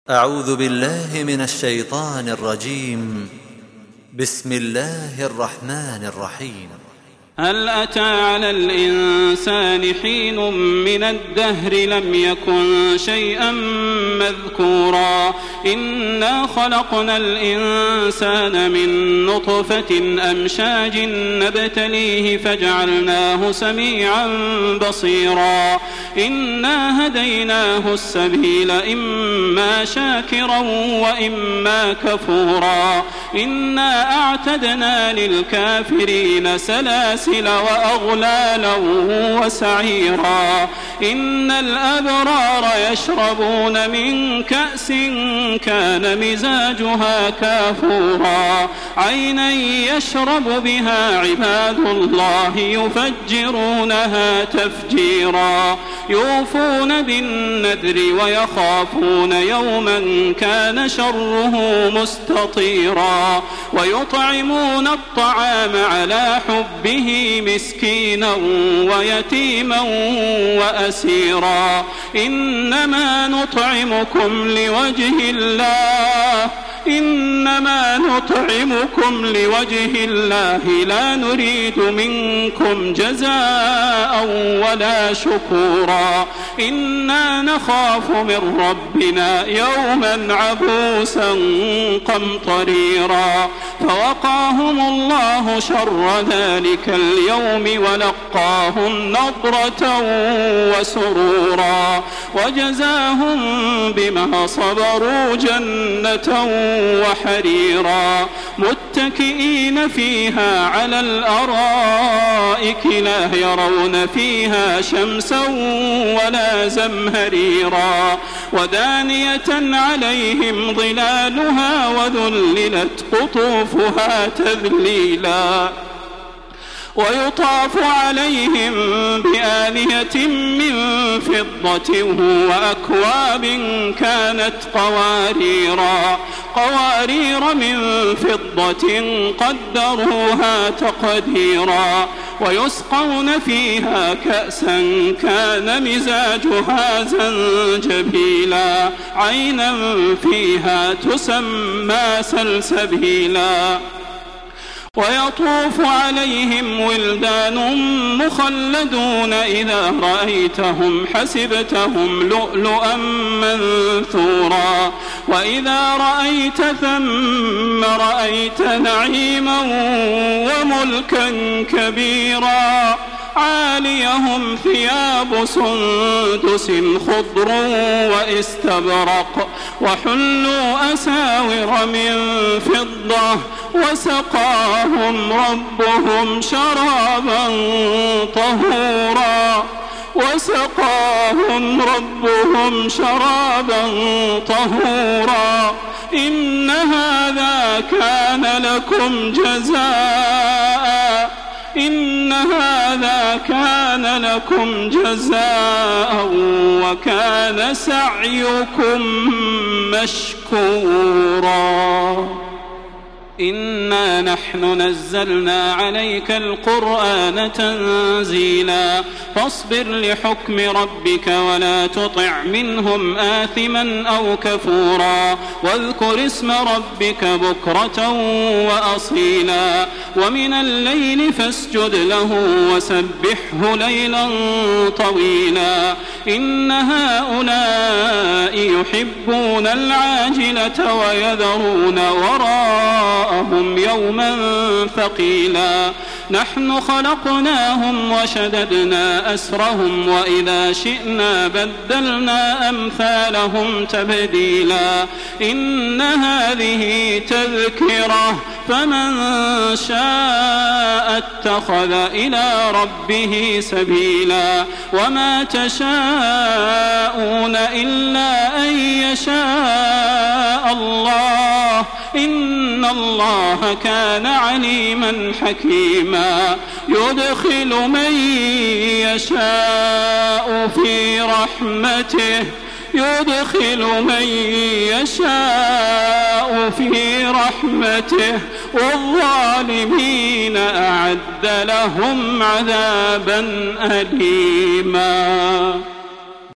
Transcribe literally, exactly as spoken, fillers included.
أعوذ بالله من الشيطان الرجيم. بسم الله الرحمن الرحيم. هل أتى على الإنسان حين من الدهر لم يكن شيئا مذكورا إنا خلقنا الإنسان من نطفة أمشاج نبتليه فجعلناه سميعا بصيرا إنا هديناه السبيل إما شاكرا وإما كفورا إنا أعتدنا للكافرين سلاسل وأغلالا وسعيرا إن الأبرار يشربون من كأس كان مزاجها كافورا عينا يشرب بها عباد الله يفجرونها تفجيرا يوفون بالنذر ويخافون يوما كان شره مستطيرا ويطعمون الطعام على حبه مسكينا ويتيما وأسيرا إنما نطعمكم لوجه الله إنما نطعمكم لوجه الله لا نريد منكم جزاء ولا شكورا إنا نخاف من ربنا يوما عبوسا قمطريرا فوقاهم الله شر ذلك اليوم ولقاهم نضرة وسرورا وجزاهم بما صبروا جنة وحريرا متكئين فيها على الأرائك لا يرون فيها شمسا ولا زمهريرا ودانية عليهم ظلالها وذللت قطوفها تذليلا ويطاف عليهم بآنية من فضة وأكواب كانت قواريرا قوارير من فضة قدروها تقديرا ويسقون فيها كأسا كان مزاجها زنجبيلا عينا فيها تسمى سلسبيلا ويطوف عليهم ولدان مخلدون إذا رأيتهم حسبتهم لؤلؤا منثورا وإذا رأيت ثم رأيت نعيما وملكا كبيرا عاليهم ثياب سندس خضر واستبرق وحلوا أساور من فضة وسقاهم ربهم شرابا طهورا وسقاهم ربهم شرابا طهورا إن هذا كان لكم جزاء إن هذا كان لكم جزاء وكان سعيكم مشكورا إنا نحن نزلنا عليك القرآن تنزيلا فاصبر لحكم ربك ولا تطع منهم آثما أو كفورا واذكر اسم ربك بكرة وأصيلا ومن الليل فاسجد له وسبحه ليلا طويلا إن هؤلاء يحبون العاجلة ويذرون وراءهم يوما ثقيلا نحن خلقناهم وشددنا أسرهم وإذا شئنا بدلنا أمثالهم تبديلا إن هذه تذكرة فمن شاء اتخذ إلى ربه سبيلا وما تشاءون إلا أن يشاء الله إن الله كان عليما حكيما يدخل من يشاء في رحمته يدخل من يشاء في رحمته والظالمين أعد لهم عذابا أليما.